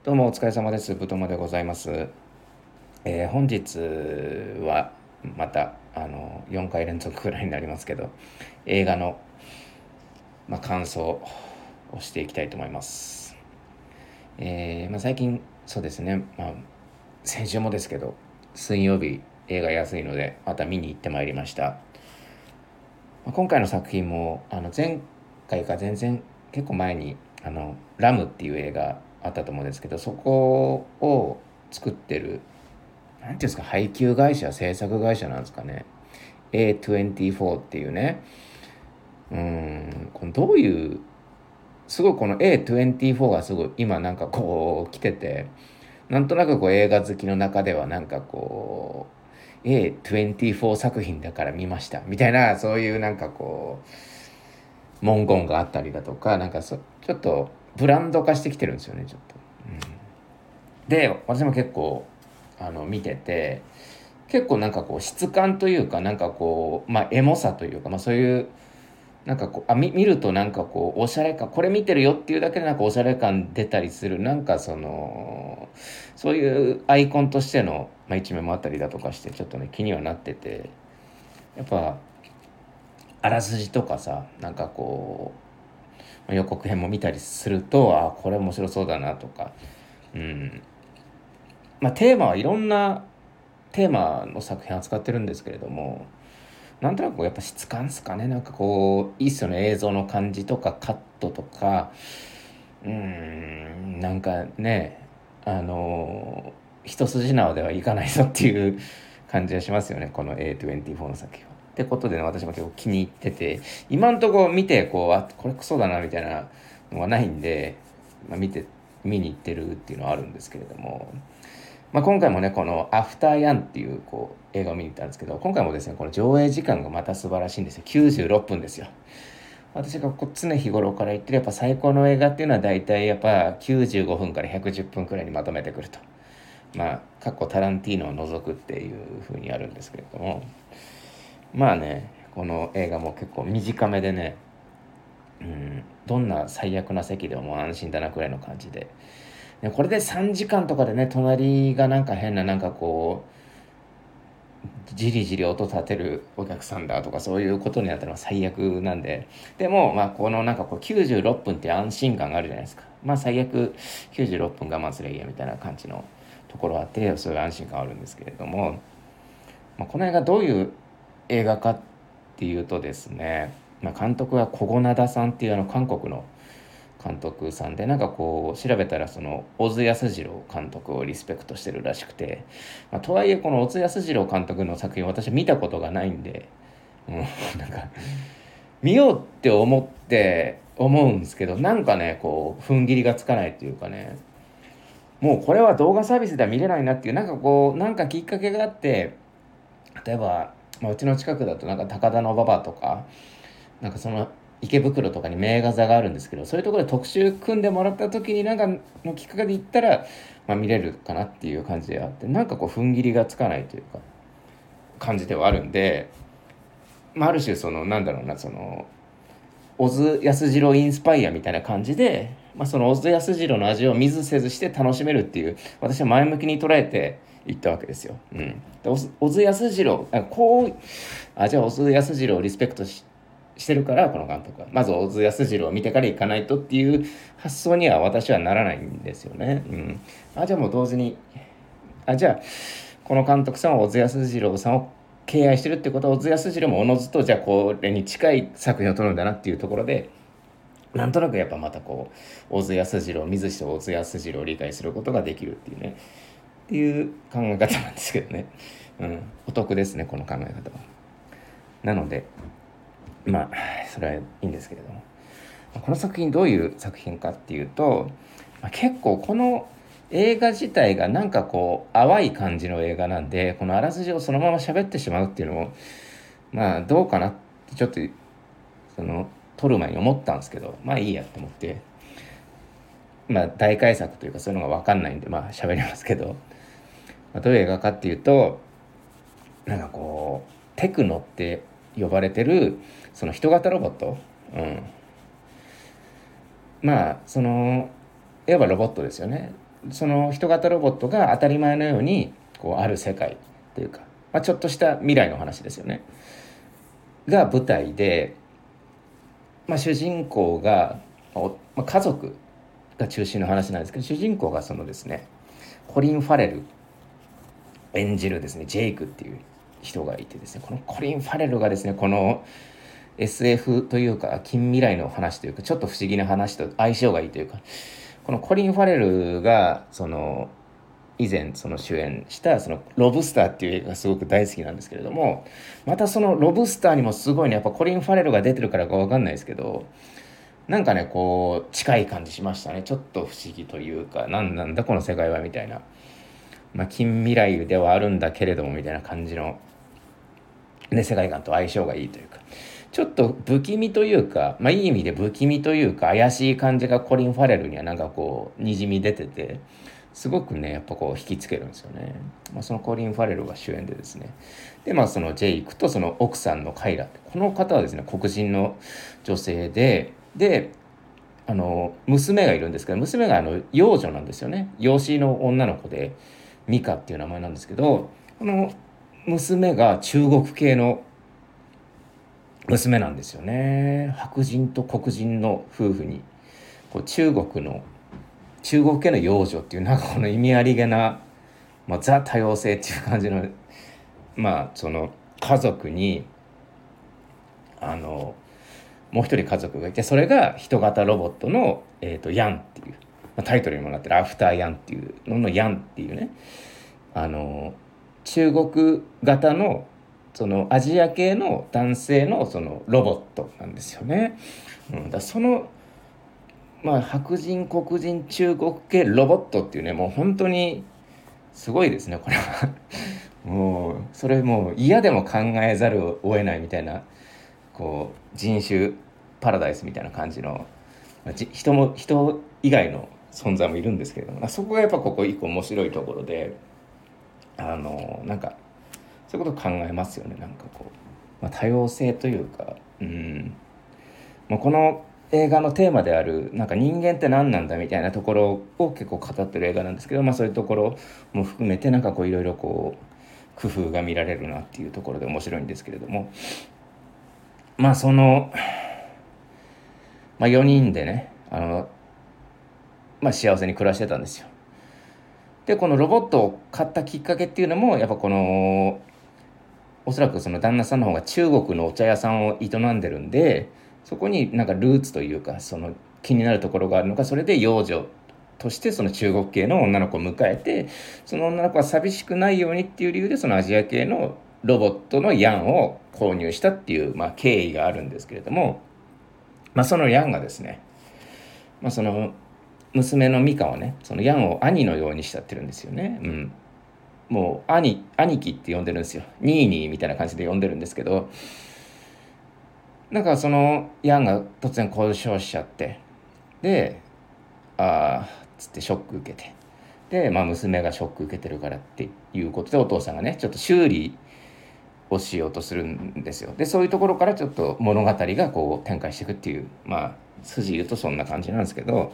どうもお疲れ様です。ぶとまでございます。本日はまた4回連続くらいになりますけど、映画の、感想をしていきたいと思います。最近そうですね、先週もですけど、水曜日映画安いのでまた見に行ってまいりました。今回の作品も前回か前々結構前にラムっていう映画あったと思うんですけど、そこを作ってるなんていうんですか、配給会社、制作会社なんですかね。A24 っていうね。このどういう、すごいこの A24 がすごい今なんかこう来てて、なんとなくこう映画好きの中ではなんかこう、A24 作品だから見ましたみたいな、そういうなんかこう、文言があったりだとか、ちょっとブランド化してきてるんですよね、ちょっと。で、私も結構見てて、結構なんかこう質感というかなんかこうエモさというかそういうなんかこう見るとなんかこうおしゃれ感、これ見てるよっていうだけでなんかおしゃれ感出たりする、なんかそういうアイコンとしての、一面もあったりだとかしてちょっとね気にはなってて、やっぱあらすじとかさ、なんかこう、予告編も見たりすると、これ面白そうだなとか、うんテーマはいろんなテーマの作品扱ってるんですけれども、なんとなくこうやっぱ質感ですかね。なんかこういいっすよね、映像の感じとかカットとか。なんかね、一筋縄ではいかないぞっていう感じがしますよね、この A24 の作品は。ってことでね、私も結構気に入ってて、今んとこ見てこうこれクソだなみたいなのはないんで、見に行ってるっていうのはあるんですけれども、今回もね、この「アフターヤン」っていう映画を見に行ったんですけど、今回もですね、この上映時間がまた素晴らしいんですよ。96分ですよ。私が常日頃から言ってるやっぱ最高の映画っていうのは大体やっぱ95分から110分くらいにまとめてくると。過去タランティーノを除くっていうふうにあるんですけれども、この映画も結構短めでね、どんな最悪な席でももう安心だなくらいの感じで。これで3時間とかでね、隣がなんか変ななんかこうじりじり音立てるお客さんだとかそういうことになったのは最悪なんで、でもこのなんかこう96分って安心感があるじゃないですか。最悪96分我慢すりゃいいやみたいな感じのところあって、そういう安心感あるんですけれども、この映画どういう映画かっていうとですね、監督は小古灘さんっていう韓国の監督さんで、なんかこう調べたらその小津安二郎監督をリスペクトしてるらしくて、とはいえこの小津安二郎監督の作品を私は見たことがないんで、なんか見ようって思うんですけど、なんかねこう踏ん切りがつかないというかね、もうこれは動画サービスでは見れないなっていう、なんかこうなんかきっかけがあって、例えば、うちの近くだとなんか高田馬場とか、なんかその池袋とかに名画座があるんですけど、そういうところで特集組んでもらった時になんかのきっかけで行ったら、見れるかなっていう感じであって、なんかこう踏ん切りがつかないというか感じではあるんで、ある種そのなんだろうな、その小津安二郎インスパイアみたいな感じで、その小津安二郎の味を見ずせずして楽しめるっていう、私は前向きに捉えていったわけですよ。で小津安二郎じゃあ小津安二郎をリスペクトしてるから、この監督はまず小津安二郎を見てから行かないとっていう発想には私はならないんですよね。じゃあもう同時に、じゃあこの監督さんは小津安二郎さんを敬愛してるってことは、小津安二郎もおのずとじゃあこれに近い作品を撮るんだなっていうところで、なんとなくやっぱまたこう小津安二郎見ずして小津安二郎を理解することができるっていうね、っていう考え方なんですけどね。お得ですね、この考え方は。なのでそれはいいんですけれども、この作品どういう作品かっていうと、結構この映画自体がなんかこう淡い感じの映画なんで、このあらすじをそのまま喋ってしまうっていうのもどうかなってちょっとその撮る前に思ったんですけど、いいやと思って、大改作というかそういうのが分かんないんで喋りますけど、どういう映画かっていうと、なんかこうテクノって呼ばれてるその人型ロボット、うん、そのいわばロボットですよね。 その人型ロボットが当たり前のようにこうある世界というか、ちょっとした未来の話ですよねが舞台で、主人公が、家族が中心の話なんですけど、主人公がそのですねコリン・ファレル演じるですねジェイクっていう人がいてですね、このコリン・ファレルがですねこの SF というか近未来の話というかちょっと不思議な話と相性がいいというか、このコリン・ファレルがその以前その主演したそのロブスターっていう映画がすごく大好きなんですけれども、またそのロブスターにもすごいねやっぱコリン・ファレルが出てるからか分かんないですけど、なんかねこう近い感じしましたね。ちょっと不思議というか、なんだこの世界はみたいな、近未来ではあるんだけれどもみたいな感じの、世界観と相性がいいというか、ちょっと不気味というか、いい意味で不気味というか怪しい感じがコリン・ファレルにはなんかこうにじみ出てて、すごくねやっぱこう引きつけるんですよね。そのコリン・ファレルが主演でですね、でそのジェイクとその奥さんのカイラ、この方はですね黒人の女性で娘がいるんですけど、娘が養女なんですよね。養子の女の子でミカっていう名前なんですけど、この娘が中国系の娘なんですよね。白人と黒人の夫婦にこう中国系の養女っていうなんかこの意味ありげな、ザ多様性っていう感じのその家族にもう一人家族がいて、それが人型ロボットの、ヤンっていう、タイトルにもなってるアフターヤンっていうののヤンっていうね、中国型のそのアジア系の男性のそのロボットなんですよね。その白人黒人中国系ロボットっていうね、もう本当にすごいですねこれはもうそれもう嫌でも考えざるを得ないみたいな、こう人種パラダイスみたいな感じの、人以外の存在もいるんですけれども、そこがやっぱここ一個面白いところで、なんかそういうことを考えますよね。なんかこう、多様性というか、この映画のテーマであるなんか人間って何なんだみたいなところを結構語ってる映画なんですけど、そういうところも含めてなんかこういろいろこう工夫が見られるなっていうところで面白いんですけれども、その、4人でね幸せに暮らしてたんですよ。でこのロボットを買ったきっかけっていうのもやっぱこのおそらくその旦那さんの方が中国のお茶屋さんを営んでるんで、そこになんかルーツというかその気になるところがあるのか、それで養女としてその中国系の女の子を迎えて、その女の子は寂しくないようにっていう理由でそのアジア系のロボットのヤンを購入したっていう、経緯があるんですけれども、そのヤンがですね、その娘のミカをね、そのヤンを兄のように慕ってるんですよね。もう兄貴って呼んでるんですよ。ニーニーみたいな感じで呼んでるんですけど、なんかそのヤンが突然故障しちゃって、でつってショック受けて、で娘がショック受けてるからっていうことでお父さんがねちょっと修理をしようとするんですよ。でそういうところからちょっと物語がこう展開していくっていう、筋言うとそんな感じなんですけど、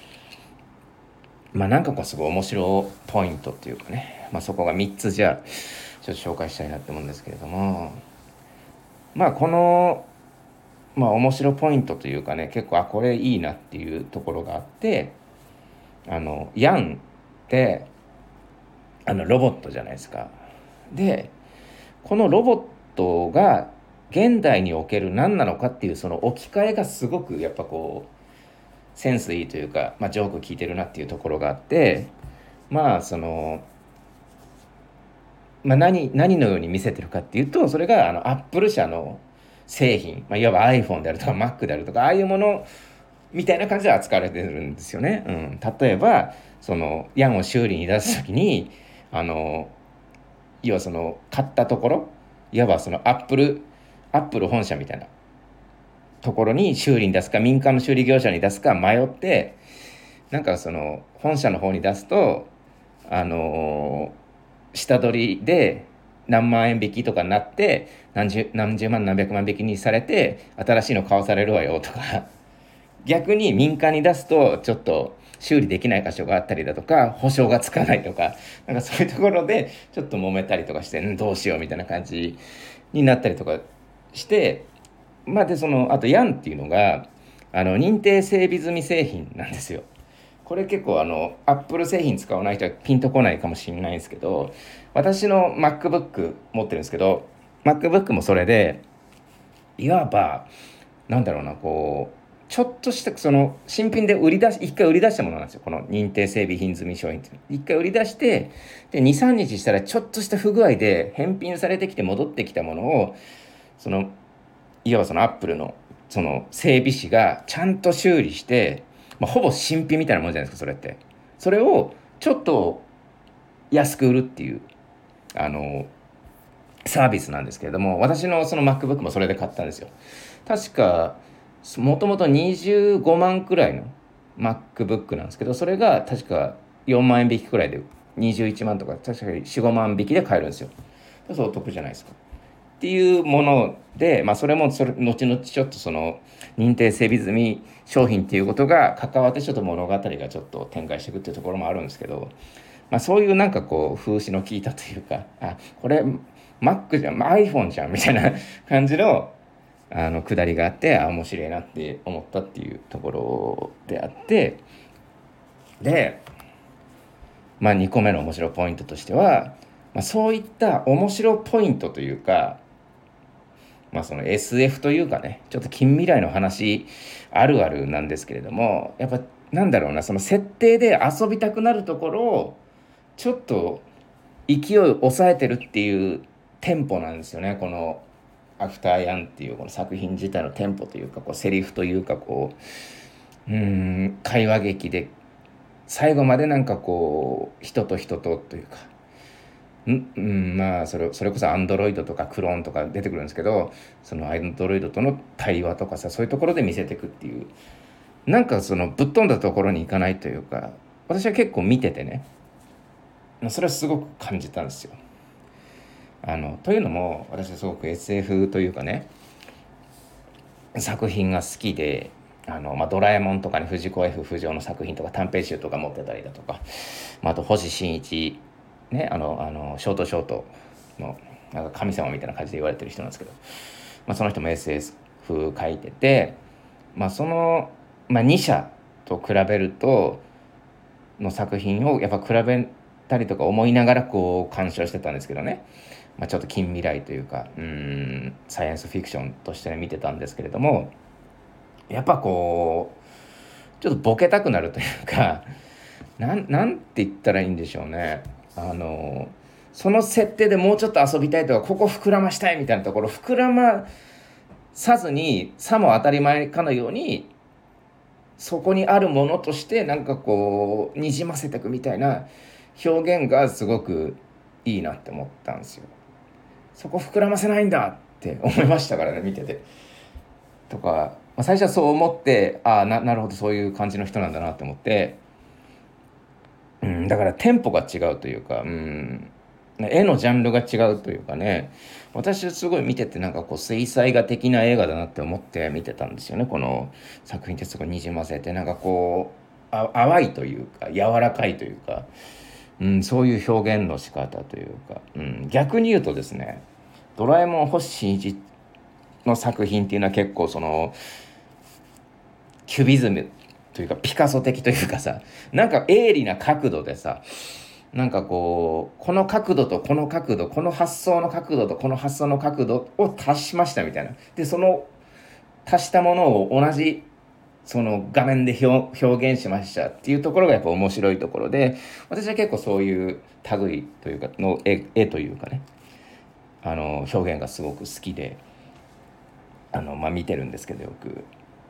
なんかこうすごい面白いポイントっていうかね、そこが3つじゃあちょっと紹介したいなって思うんですけれども、この面白いポイントというかね、結構これいいなっていうところがあって、ヤンってロボットじゃないですか。でこのロボットが現代における何なのかっていうその置き換えがすごくやっぱこうセンスいいというか、ジョーク効いてるなっていうところがあって、その、何のように見せてるかっていうと、それがアップル社の製品、いわば iPhone であるとか Mac であるとかああいうものみたいな感じで扱われてるんですよね。例えばそのヤンを修理に出す時に要はその買ったところ、いわばそのアップル本社みたいなところに修理に出すか民間の修理業者に出すか迷って、なんかその本社の方に出すと下取りで何万円引きとかになって何十万何百万引きにされて新しいの買わされるわよとか逆に民間に出すとちょっと修理できない箇所があったりだとか、保証がつかないとか、なんかそういうところでちょっと揉めたりとかして、どうしようみたいな感じになったりとかして、まあであとヤンっていうのが認定整備済み製品なんですよ。これ結構アップル製品使わない人はピンとこないかもしれないんですけど、私の MacBook 持ってるんですけど、 MacBook もそれで、いわばなんだろうな、こうちょっとした新品で一回売り出したものなんですよ、この認定整備品済み商品って。一回売り出して、で23日したらちょっとした不具合で返品されてきて戻ってきたものを、いわばアップルの整備士がちゃんと修理して、ほぼ新品みたいなもんじゃないですか、それって。それをちょっと安く売るっていうあのサービスなんですけれども、私のその MacBook もそれで買ったんですよ。確かもともと25万くらいの MacBook なんですけど、それが確か4万円引きくらいで21万とか、確かに4、5万引きで買えるんですよ。そうお得じゃないですかっていうもので、それも後々ちょっと認定整備済み商品っていうことが関わって、ちょっと物語がちょっと展開していくっていうところもあるんですけど、そういうなんかこう風刺の効いたというか、これ Mac じゃん、iPhone じゃんみたいな感じの下りがあって、面白いなって思ったっていうところであって、で2個目の面白いポイントとしては、そういった面白ポイントというか、その SF というかね、ちょっと近未来の話あるあるなんですけれども、やっぱなんだろうな、その設定で遊びたくなるところをちょっと勢いを抑えてるっていうテンポなんですよね、このアフターヤンっていうこの作品自体のテンポというか、こうセリフというか、会話劇で最後までなんかこう人と人とというか、それこそアンドロイドとかクローンとか出てくるんですけど、そのアンドロイドとの対話とかさ、そういうところで見せていくっていう、なんかぶっ飛んだところに行かないというか、私は結構見ててね、それはすごく感じたんですよ。というのも、私はすごく SF というかね、作品が好きで、ドラえもんとかに藤子 F 不二雄の作品とか短編集とか持ってたりだとか、あと星新一ね、ショートショートのなんか神様みたいな感じで言われてる人なんですけど、その人も SF 書いてて、2社と比べるとの作品をやっぱ比べたりとか思いながらこう鑑賞してたんですけどね、ちょっと近未来というか、サイエンスフィクションとして見てたんですけれども、やっぱこうちょっとボケたくなるというか、なんて言ったらいいんでしょうね。その設定でもうちょっと遊びたいとか、ここ膨らましたいみたいなところ膨らまさずに、さも当たり前かのようにそこにあるものとしてなんかこうにじませていくみたいな表現がすごくいいなって思ったんですよ。そこ膨らませないんだって思いましたからね、見てて。とか、最初はそう思って、なるほど、そういう感じの人なんだなって思って、だからテンポが違うというか、絵のジャンルが違うというかね、私すごい見ててなんかこう水彩画的な映画だなって思って見てたんですよね。この作品ってすごいにじませて、なんかこう淡いというか柔らかいというか、そういう表現の仕方というか、逆に言うとですね、ドラえもん星新一の作品っていうのは結構キュビズムというかピカソ的というかさ、なんか鋭利な角度でさ、なんかこうこの角度とこの角度、この発想の角度とこの発想の角度を足しましたみたいな。でその足したものを同じその画面で表現しましたっていうところがやっぱ面白いところで、私は結構そういう類というかの絵というかね、表現がすごく好きで見てるんですけど、よく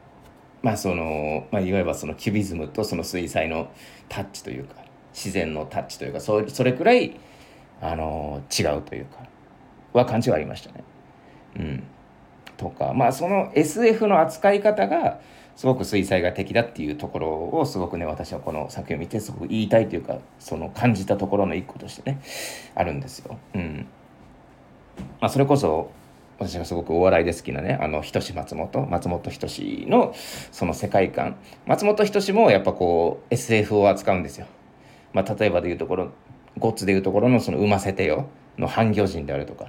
いわばそのキュビズムとその水彩のタッチというか自然のタッチというか、それくらい違うというかは感じはありましたね。とかその SF の扱い方がすごく水彩画的だっていうところをすごくね、私はこの作品を見てすごく言いたいというか、その感じたところの一個としてねあるんですよ。それこそ私がすごくお笑いで好きなね、松本人志のその世界観。松本人志もやっぱこう SF を扱うんですよ。まあ、例えばでいうところ、ゴッツでいうところのその産ませてよの半魚人であるとか、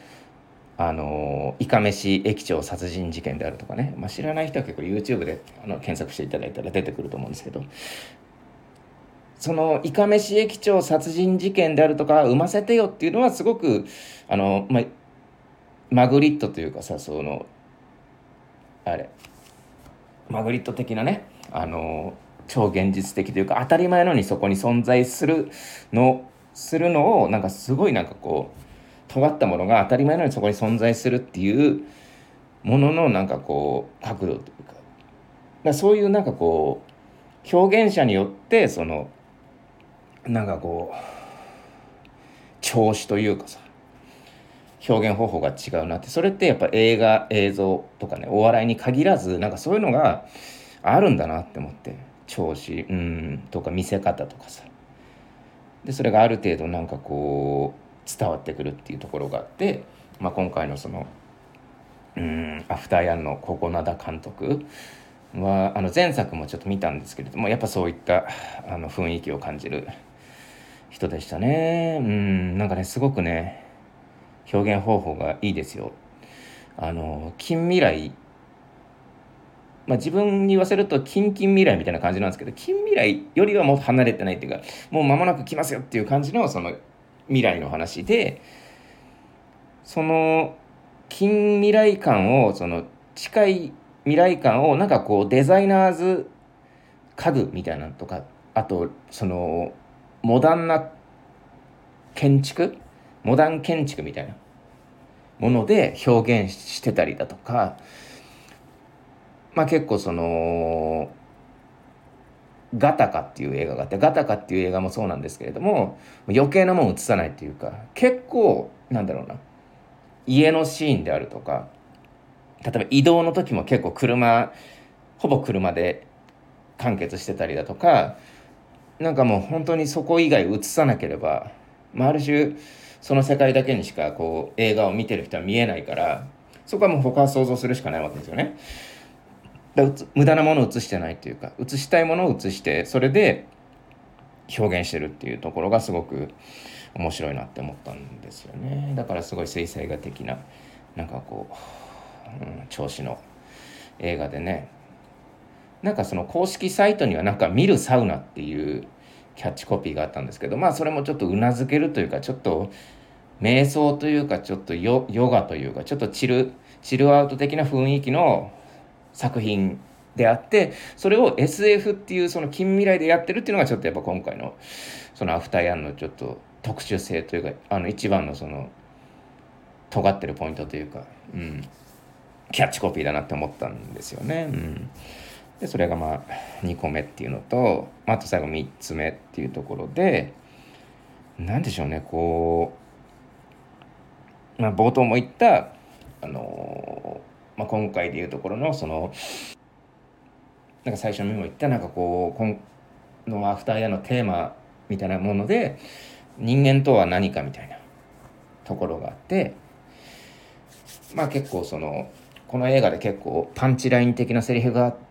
いかめし駅長殺人事件であるとかね、まあ、知らない人は結構 YouTube で検索していただいたら出てくると思うんですけど、そのいかめし駅長殺人事件であるとか産ませてよっていうのはすごくまあ、マグリットというかさ、そのあれマグリット的なね、超現実的というか当たり前のようにそこに存在するのをなんかすごいなんかこう尖ったものが当たり前のようにそこに存在するっていうもののなんかこう角度というか、そういうなんかこう表現者によってそのなんかこう調子というかさ、表現方法が違うなって。それってやっぱ映像とかね、お笑いに限らずなんかそういうのがあるんだなって思って、調子とか見せ方とかさ、でそれがある程度なんかこう伝わってくるっていうところがあって、まあ、今回のそのアフターヤンのココナダ監督は前作もちょっと見たんですけれども、やっぱそういった雰囲気を感じる人でしたね。なんかねすごくね表現方法がいいですよ。近未来、まあ、自分に言わせると近未来みたいな感じなんですけど、近未来よりはもう離れてないっていうか、もう間もなく来ますよっていう感じのその未来の話で、その近未来感をその近い未来感をなんかこうデザイナーズ家具みたいなのとか、あとそのモダンな建築モダン建築みたいなもので表現してたりだとか、まあ結構そのガタカっていう映画があって、ガタカっていう映画もそうなんですけれども、余計なもん映さないっていうか、結構なんだろうな、家のシーンであるとか、例えば移動の時も結構ほぼ車で完結してたりだとか、なんかもう本当にそこ以外映さなければ、まあ、ある種その世界だけにしかこう映画を見てる人は見えないから、そこはもう他は想像するしかないわけですよね。無駄なものを映してないっていうか、映したいものを映してそれで表現してるっていうところがすごく面白いなって思ったんですよね。だからすごい水彩画的ななんかこう、調子の映画でね、なんかその公式サイトにはなんか見るサウナっていうキャッチコピーがあったんですけど、まあそれもちょっとうなずけるというか、ちょっと瞑想というか、ちょっとヨガというか、ちょっとチルアウト的な雰囲気の作品であって、それを SF っていうその近未来でやってるっていうのがちょっとやっぱ今回のそのアフターヤンのちょっと特殊性というか、一番のその尖ってるポイントというか、キャッチコピーだなって思ったんですよね。でそれがまあ2個目っていうのと、あと最後3つ目っていうところで、なんでしょうね、こう、まあ、冒頭も言ったまあ、今回でいうところのそのなんか最初にも言ったなんかこう今のアフターヤのテーマみたいなもので、人間とは何かみたいなところがあって、まあ結構そのこの映画で結構パンチライン的なセリフがあって、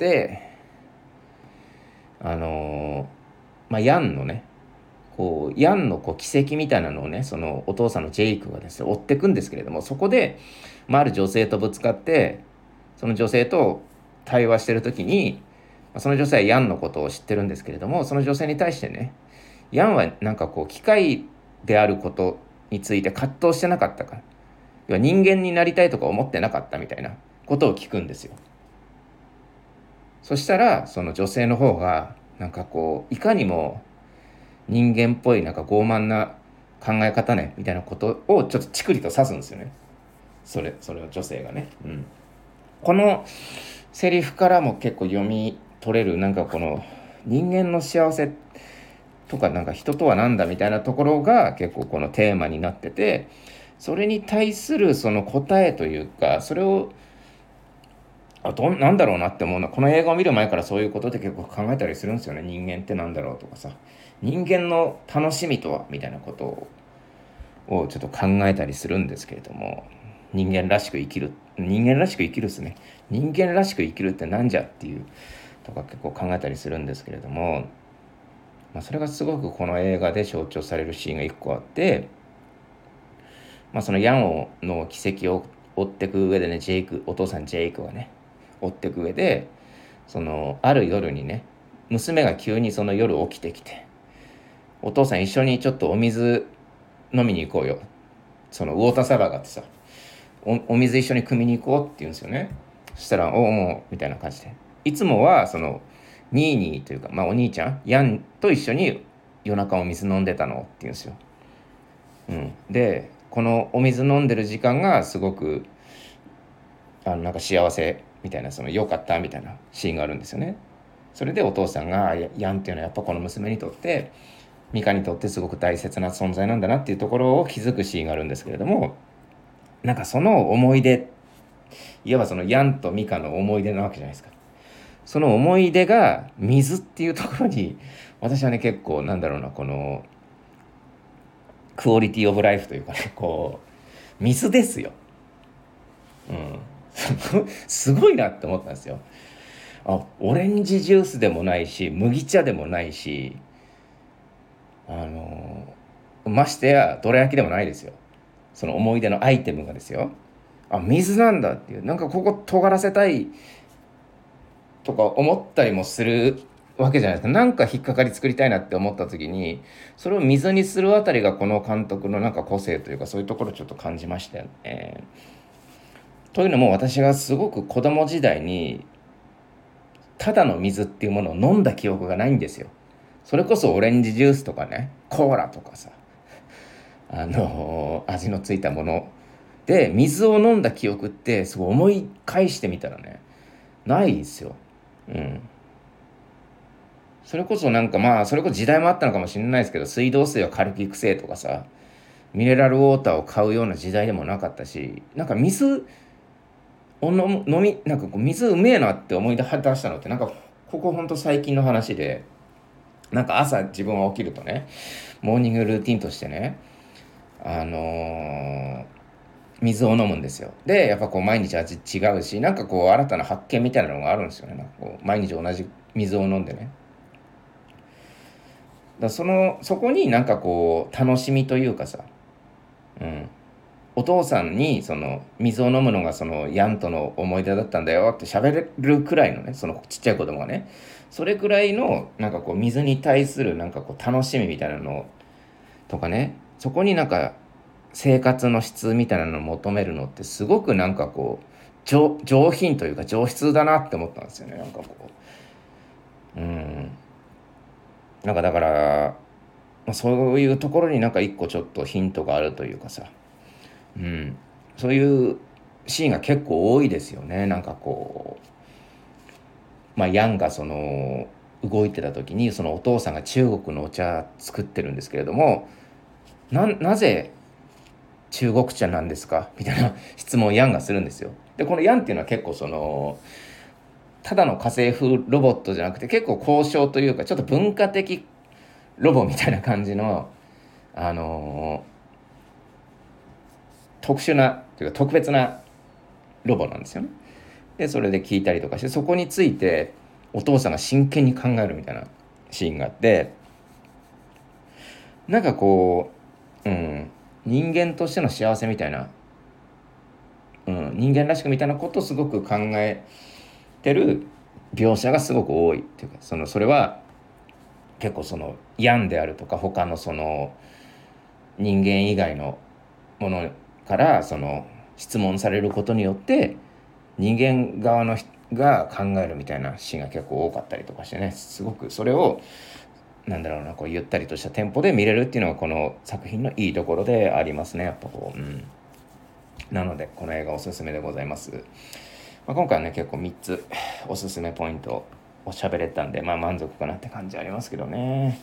まあヤンのねヤンの軌跡みたいなのをね、そのお父さんのジェイクがですね追っていくんですけれども、そこで、まあ、ある女性とぶつかって、その女性と対話してる時に、その女性はヤンのことを知ってるんですけれども、その女性に対してね、ヤンはなんかこう機械であることについて葛藤してなかったか、要は人間になりたいとか思ってなかったみたいなことを聞くんですよ。そしたらその女性の方がなんかこういかにも人間っぽいなんか傲慢な考え方ねみたいなことをちょっとチクリと指すんですよね。それを女性がね、このセリフからも結構読み取れる、なんかこの人間の幸せとかなんか人とは何だみたいなところが結構このテーマになってて、それに対するその答えというか、それをなんだろうなって思うのは、この映画を見る前からそういうことで結構考えたりするんですよね。人間ってなんだろうとかさ、人間の楽しみとはみたいなことをちょっと考えたりするんですけれども、 人間らしく生きるですね。人間らしく生きるってなんじゃっていうとか結構考えたりするんですけれども、それがすごくこの映画で象徴されるシーンが一個あって、そのヤンの軌跡を追っていく上でね、お父さんジェイクはね追っていく上で、そのある夜にね、娘が急にその夜起きてきて、お父さん一緒にちょっとお水飲みに行こうよ、そのウォーターサーバーがあってさ、お水一緒に汲みに行こうって言うんですよね。そしたらおうみたいな感じで、いつもはそのニーニーというか、お兄ちゃんヤンと一緒に夜中お水飲んでたのって言うんですよ。でこのお水飲んでる時間がすごくなんか幸せみたいな、その良かったみたいなシーンがあるんですよね。それでお父さんがヤンっていうのはやっぱこの娘にとってミカにとってすごく大切な存在なんだなっていうところを気づくシーンがあるんですけれども、なんかその思い出、いわばそのヤンとミカの思い出なわけじゃないですか。その思い出が水っていうところに、私はね結構このクオリティオブライフというかね、こう水ですよ。すごいなって思ったんですよ。オレンジジュースでもないし麦茶でもないし、ましてやどら焼きでもないですよ。その思い出のアイテムがですよ、水なんだっていう、なんかここ尖らせたいとか思ったりもするわけじゃないですか。なんか引っかかり作りたいなって思った時に、それを水にするあたりがこの監督のなんか個性というか、そういうところをちょっと感じましたよね。というのも、私がすごく子供時代にただの水っていうものを飲んだ記憶がないんですよ。それこそオレンジジュースとかね、コーラとかさ、味のついたもので水を飲んだ記憶ってすごい思い返してみたらね、ないですよ。それこそそれこそ時代もあったのかもしれないですけど、水道水はカルキ臭いとかさ、ミネラルウォーターを買うような時代でもなかったし、なんか水を飲みなんかこう水うめえなって思い出したのって、なんかここほんと最近の話で、なんか朝自分は起きるとね、モーニングルーティンとしてね、水を飲むんですよ。でやっぱこう毎日味違うし、なんかこう新たな発見みたいなのがあるんですよね。なんかこう毎日同じ水を飲んでね、そこになんかこう楽しみというかさ、お父さんにその水を飲むのがそのヤンとの思い出だったんだよって喋れるくらいのね、そのちっちゃい子供がね、それくらいのなんかこう水に対するなんかこう楽しみみたいなのとかね、そこになんか生活の質みたいなのを求めるのってすごくなんかこう上品というか上質だなって思ったんですよね。なんかこうなんかだから、そういうところになんか一個ちょっとヒントがあるというかさ、そういうシーンが結構多いですよね。なんかこう、ヤンがその動いてた時に、そのお父さんが中国のお茶作ってるんですけれども、なぜ中国茶なんですかみたいな質問をヤンがするんですよ。でこのヤンっていうのは結構そのただの家政婦ロボットじゃなくて、結構交渉というかちょっと文化的ロボみたいな感じの特殊なというか特別なロボなんですよね。でそれで聞いたりとかして、そこについてお父さんが真剣に考えるみたいなシーンがあって、なんかこう、人間としての幸せみたいな、人間らしくみたいなことをすごく考えてる描写がすごく多いっていうか、それは結構そのヤンであるとか他のその人間以外のものからその質問されることによって人間側の人が考えるみたいなシーンが結構多かったりとかしてね、すごくそれをこうゆったりとしたテンポで見れるっていうのがこの作品のいいところでありますね。やっぱこう、なのでこの映画おすすめでございます。今回はね結構3つおすすめポイントを喋れたんで、満足かなって感じありますけどね。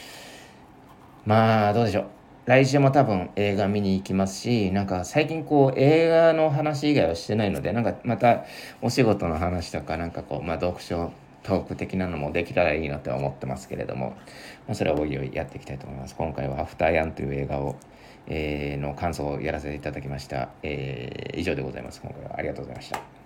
どうでしょう。来週も多分映画見に行きますし、なんか最近こう映画の話以外はしてないので、なんかまたお仕事の話とかなんかこう読書トーク的なのもできたらいいなとは思ってますけれども、それはおいおいやっていきたいと思います。今回はアフターヤンという映画をの感想をやらせていただきました。以上でございます。今回はありがとうございました。